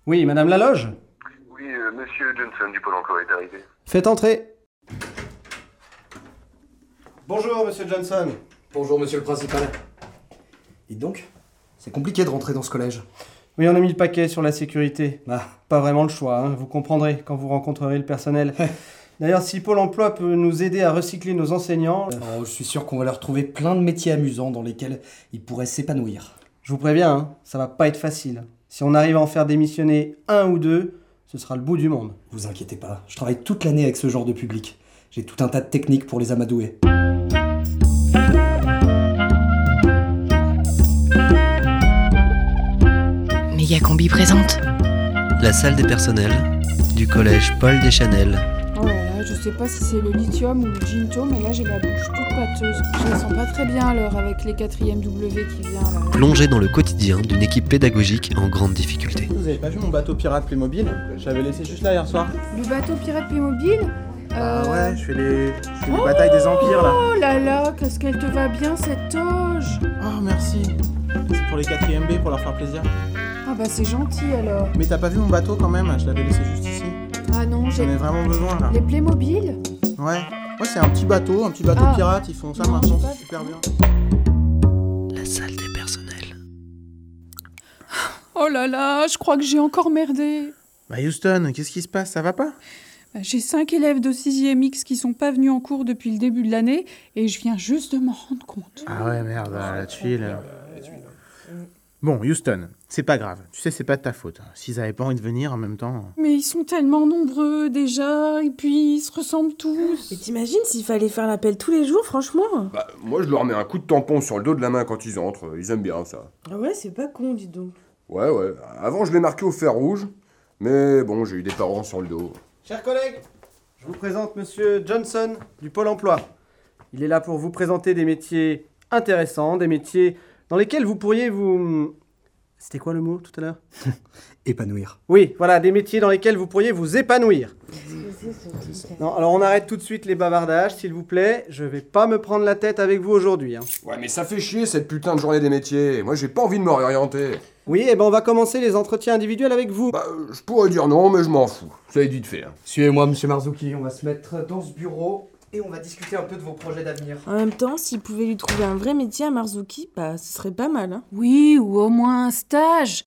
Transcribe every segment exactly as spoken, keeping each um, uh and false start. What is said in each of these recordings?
Oui, Madame Laloge ? Oui, euh, Monsieur Johnson du Pôle emploi est arrivé. Faites entrer. Bonjour, Monsieur Johnson. Bonjour, monsieur le principal. Dites donc, c'est compliqué de rentrer dans ce collège. Oui, on a mis le paquet sur la sécurité. Ah, Pas vraiment le choix, hein, vous comprendrez quand vous rencontrerez le personnel. D'ailleurs, si Pôle emploi peut nous aider à recycler nos enseignants... euh, oh, je suis sûr qu'on va leur trouver plein de métiers amusants dans lesquels ils pourraient s'épanouir. Je vous préviens, hein, ça va pas être facile. Si on arrive à en faire démissionner un ou deux, ce sera le bout du monde. Vous inquiétez pas, je travaille toute l'année avec ce genre de public. J'ai tout un tas de techniques pour les amadouer. Mégacombi présente La salle des personnels du collège Paul Deschanel. Oh là là, je sais pas si c'est le lithium ou le ginto, mais là j'ai la bouche toute pâteuse. Je la sens pas très bien à l'heure avec les quatrième W qui vient là. Plongé dans le quotidien d'une équipe pédagogique en grande difficulté. Vous avez pas vu mon bateau pirate Playmobil? J'avais laissé juste là hier soir. Le bateau pirate Playmobil Ah euh... ouais, je fais les, je fais les batailles des empires là. Oh là là, qu'est-ce qu'elle te va bien cette toge. Oh merci. C'est pour les quatrième B pour leur faire plaisir. Ah bah c'est gentil alors. Mais t'as pas vu mon bateau quand même? Je l'avais laissé juste ici. Ah non, j'ai... J'en ai vraiment besoin là. Les Playmobil. Ouais. Ouais, c'est un petit bateau, un petit bateau Ah. pirate, ils font ça Non, maintenant, j'ai pas c'est super bien. La salle des personnels. Oh là là, je crois que j'ai encore merdé. Bah Houston, qu'est-ce qui se passe? Ça va pas? Bah, j'ai cinq élèves de sixième X qui sont pas venus en cours depuis le début de l'année et je viens juste de m'en rendre compte. Ah ouais, merde, la tuile. Bon, Houston, c'est pas grave. Tu sais, c'est pas de ta faute. S'ils avaient pas envie de venir en même temps... Mais ils sont tellement nombreux déjà, et puis ils se ressemblent tous. Mais t'imagines s'il fallait faire l'appel tous les jours, franchement? Bah, moi je leur mets un coup de tampon sur le dos de la main quand ils entrent, ils aiment bien ça. Ah ouais, c'est pas con, dis donc. Ouais, ouais, avant je l'ai marqué au fer rouge, mais bon, j'ai eu des parents sur le dos. Chers collègues, je vous présente Monsieur Johnson du Pôle emploi. Il est là pour vous présenter des métiers intéressants, des métiers dans lesquels vous pourriez vous... C'était quoi le mot tout à l'heure? Épanouir. Oui, voilà, des métiers dans lesquels vous pourriez vous épanouir. Non, alors on arrête tout de suite les bavardages, s'il vous plaît. Je vais pas me prendre la tête avec vous aujourd'hui. Hein. Ouais, mais ça fait chier cette putain de journée des métiers. Moi j'ai pas envie de me réorienter. Oui, et ben on va commencer les entretiens individuels avec vous. Bah, euh, je pourrais dire non, mais je m'en fous. Ça va être vite fait. Hein. Suivez-moi, monsieur Marzuki, on va se mettre dans ce bureau et on va discuter un peu de vos projets d'avenir. En même temps, s'il pouvait lui trouver un vrai métier à Marzuki, bah ce serait pas mal, hein. Oui, ou au moins un stage.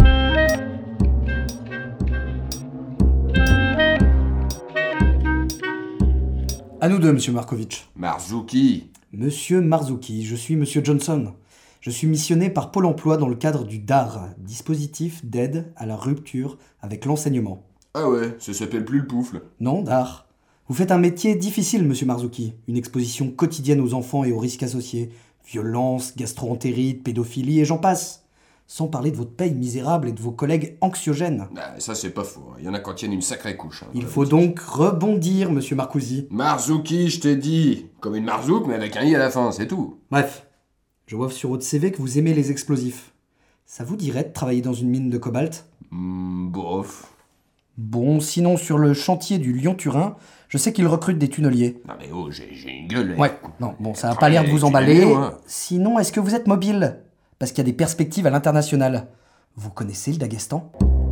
À nous deux, monsieur Markovitch. Marzuki. Monsieur Marzuki, je suis monsieur Johnson. Je suis missionné par Pôle emploi dans le cadre du D A R, dispositif d'aide à la rupture avec l'enseignement. Ah ouais, ça s'appelle plus le poufle. Non, D A R. Vous faites un métier difficile, monsieur Marzuki. Une exposition quotidienne aux enfants et aux risques associés. Violence, gastro-entérite, pédophilie et j'en passe. Sans parler de votre paye misérable et de vos collègues anxiogènes. Ah, ça c'est pas faux. Il y en a qui tiennent une sacrée couche. Hein, Il faut donc rebondir, monsieur Marcousi. Marzuki, je t'ai dit. Comme une marzouk, mais avec un i à la fin, c'est tout. Bref, je vois sur votre C V que vous aimez les explosifs. Ça vous dirait de travailler dans une mine de cobalt? Hmm, bof. Bon, sinon sur le chantier du Lyon-Turin, je sais qu'ils recrutent des tunneliers. Non mais oh, j'ai, j'ai une gueule. Ouais, non, bon, ça a pas l'air de vous emballer. tunneliers, moi. Sinon, est-ce que vous êtes mobile? Parce qu'il y a des perspectives à l'international. Vous connaissez le Daghestan?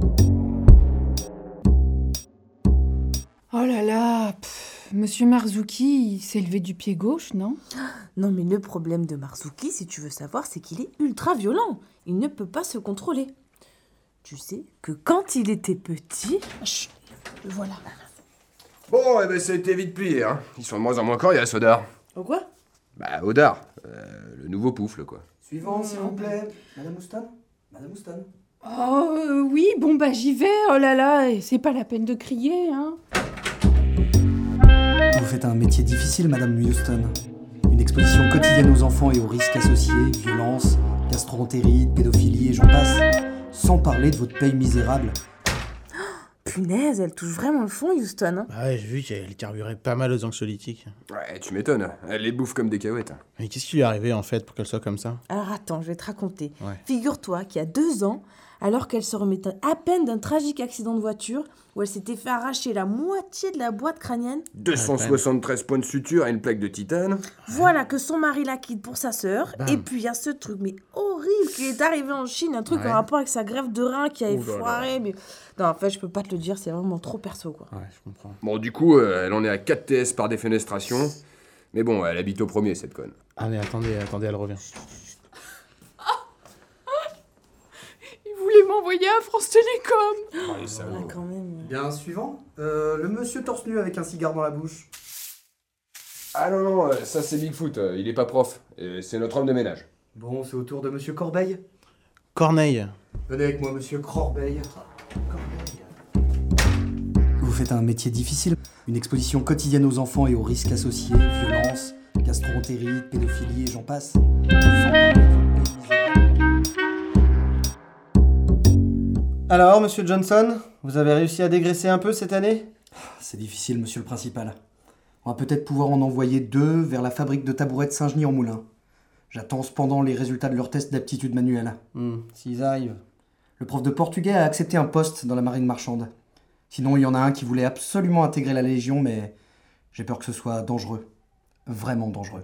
Oh là là, pff, Monsieur Marzuki, il s'est levé du pied gauche, non? Non mais le problème de Marzuki, si tu veux savoir, c'est qu'il est ultra violent. Il ne peut pas se contrôler. Tu sais que quand il était petit... Chut, le voilà. Bon, eh ben ça a été vite plié, hein. Ils sont de moins en moins coriaces, Odar. Oh quoi? Bah, Odar, euh, le nouveau poufle, quoi. Suivant, s'il vous plaît. Madame Houston? Madame Houston? Oh euh, oui, bon bah j'y vais, oh là là, et c'est pas la peine de crier, hein. Vous faites un métier difficile, Madame Houston. Une exposition quotidienne aux enfants et aux risques associés, violence, gastro-entérite, pédophilie et j'en passe. Sans parler de votre paye misérable. Punaise, elle touche vraiment le fond, Houston, hein. Bah ouais, j'ai vu qu'elle carburait pas mal aux anxiolytiques. Ouais, tu m'étonnes. Elle les bouffe comme des cahuètes. hein. Mais qu'est-ce qui lui est arrivé en fait pour qu'elle soit comme ça? Alors attends, je vais te raconter. Ouais. Figure-toi qu'il y a deux ans, alors qu'elle se remettait à peine d'un tragique accident de voiture où elle s'était fait arracher la moitié de la boîte crânienne. deux cent soixante-treize points de suture et une plaque de titane. Voilà que son mari la quitte pour sa sœur. Bam. Et puis il y a ce truc mais horrible qui est arrivé en Chine, un truc Ouais. en rapport avec sa greffe de rein qui avait Ouh là là. foiré. Mais... Non, en fait, je peux pas te le dire, c'est vraiment trop perso, quoi. Ouais, je comprends. Bon, du coup, euh, elle en est à quatre T S par défenestration. Mais bon, elle habite au premier, cette conne. Ah mais attendez, attendez, elle revient. Il voulait m'envoyer à France Télécom. Oh, les salauds. Ah, quand même. ouais. Bien, suivant. Euh, le monsieur torse nu avec un cigare dans la bouche. Ah non, non, euh, ça c'est Bigfoot, euh, il est pas prof. Et c'est notre homme de ménage. Bon, c'est au tour de monsieur Corbeil. Corneille. Venez avec moi, monsieur Corbeil. Vous faites un métier difficile. Une exposition quotidienne aux enfants et aux risques associés, violence, gastro-entérite, pédophilie et j'en passe. Sans parler de votre pays misérable. Alors, monsieur Johnson, vous avez réussi à dégraisser un peu cette année? C'est difficile, monsieur le principal. On va peut-être pouvoir en envoyer deux vers la fabrique de tabourets de Saint-Genis-en-Moulin. J'attends cependant les résultats de leur test d'aptitude manuelle. Hmm, s'ils arrivent. Le prof de portugais a accepté un poste dans la marine marchande. Sinon, il y en a un qui voulait absolument intégrer la Légion, mais j'ai peur que ce soit dangereux. Vraiment dangereux.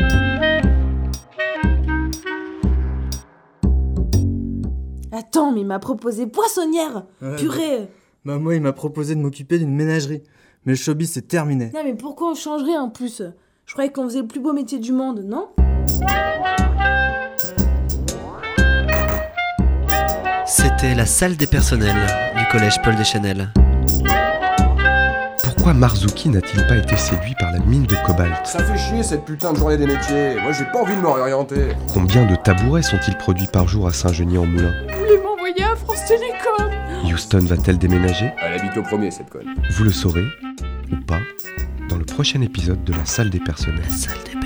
Attends, mais il m'a proposé poissonnière. Ouais, Purée. Bah moi, il m'a proposé de m'occuper d'une ménagerie. Mais le showbiz, c'est terminé. Non, mais pourquoi on changerait en plus? Je croyais qu'on faisait le plus beau métier du monde, non? C'était la salle des personnels du collège Paul Deschanel. Pourquoi Marzuki n'a-t-il pas été séduit par la mine de cobalt? Ça fait chier cette putain de journée des métiers. Moi j'ai pas envie de me réorienter. Combien de tabourets sont-ils produits par jour à Saint-Genis-en-Moulin? Il voulait m'envoyer à France Télécom. Houston va-t-elle déménager? Elle habite au premier, cette conne. Vous le saurez, ou pas, dans le prochain épisode de la salle des personnels. La salle des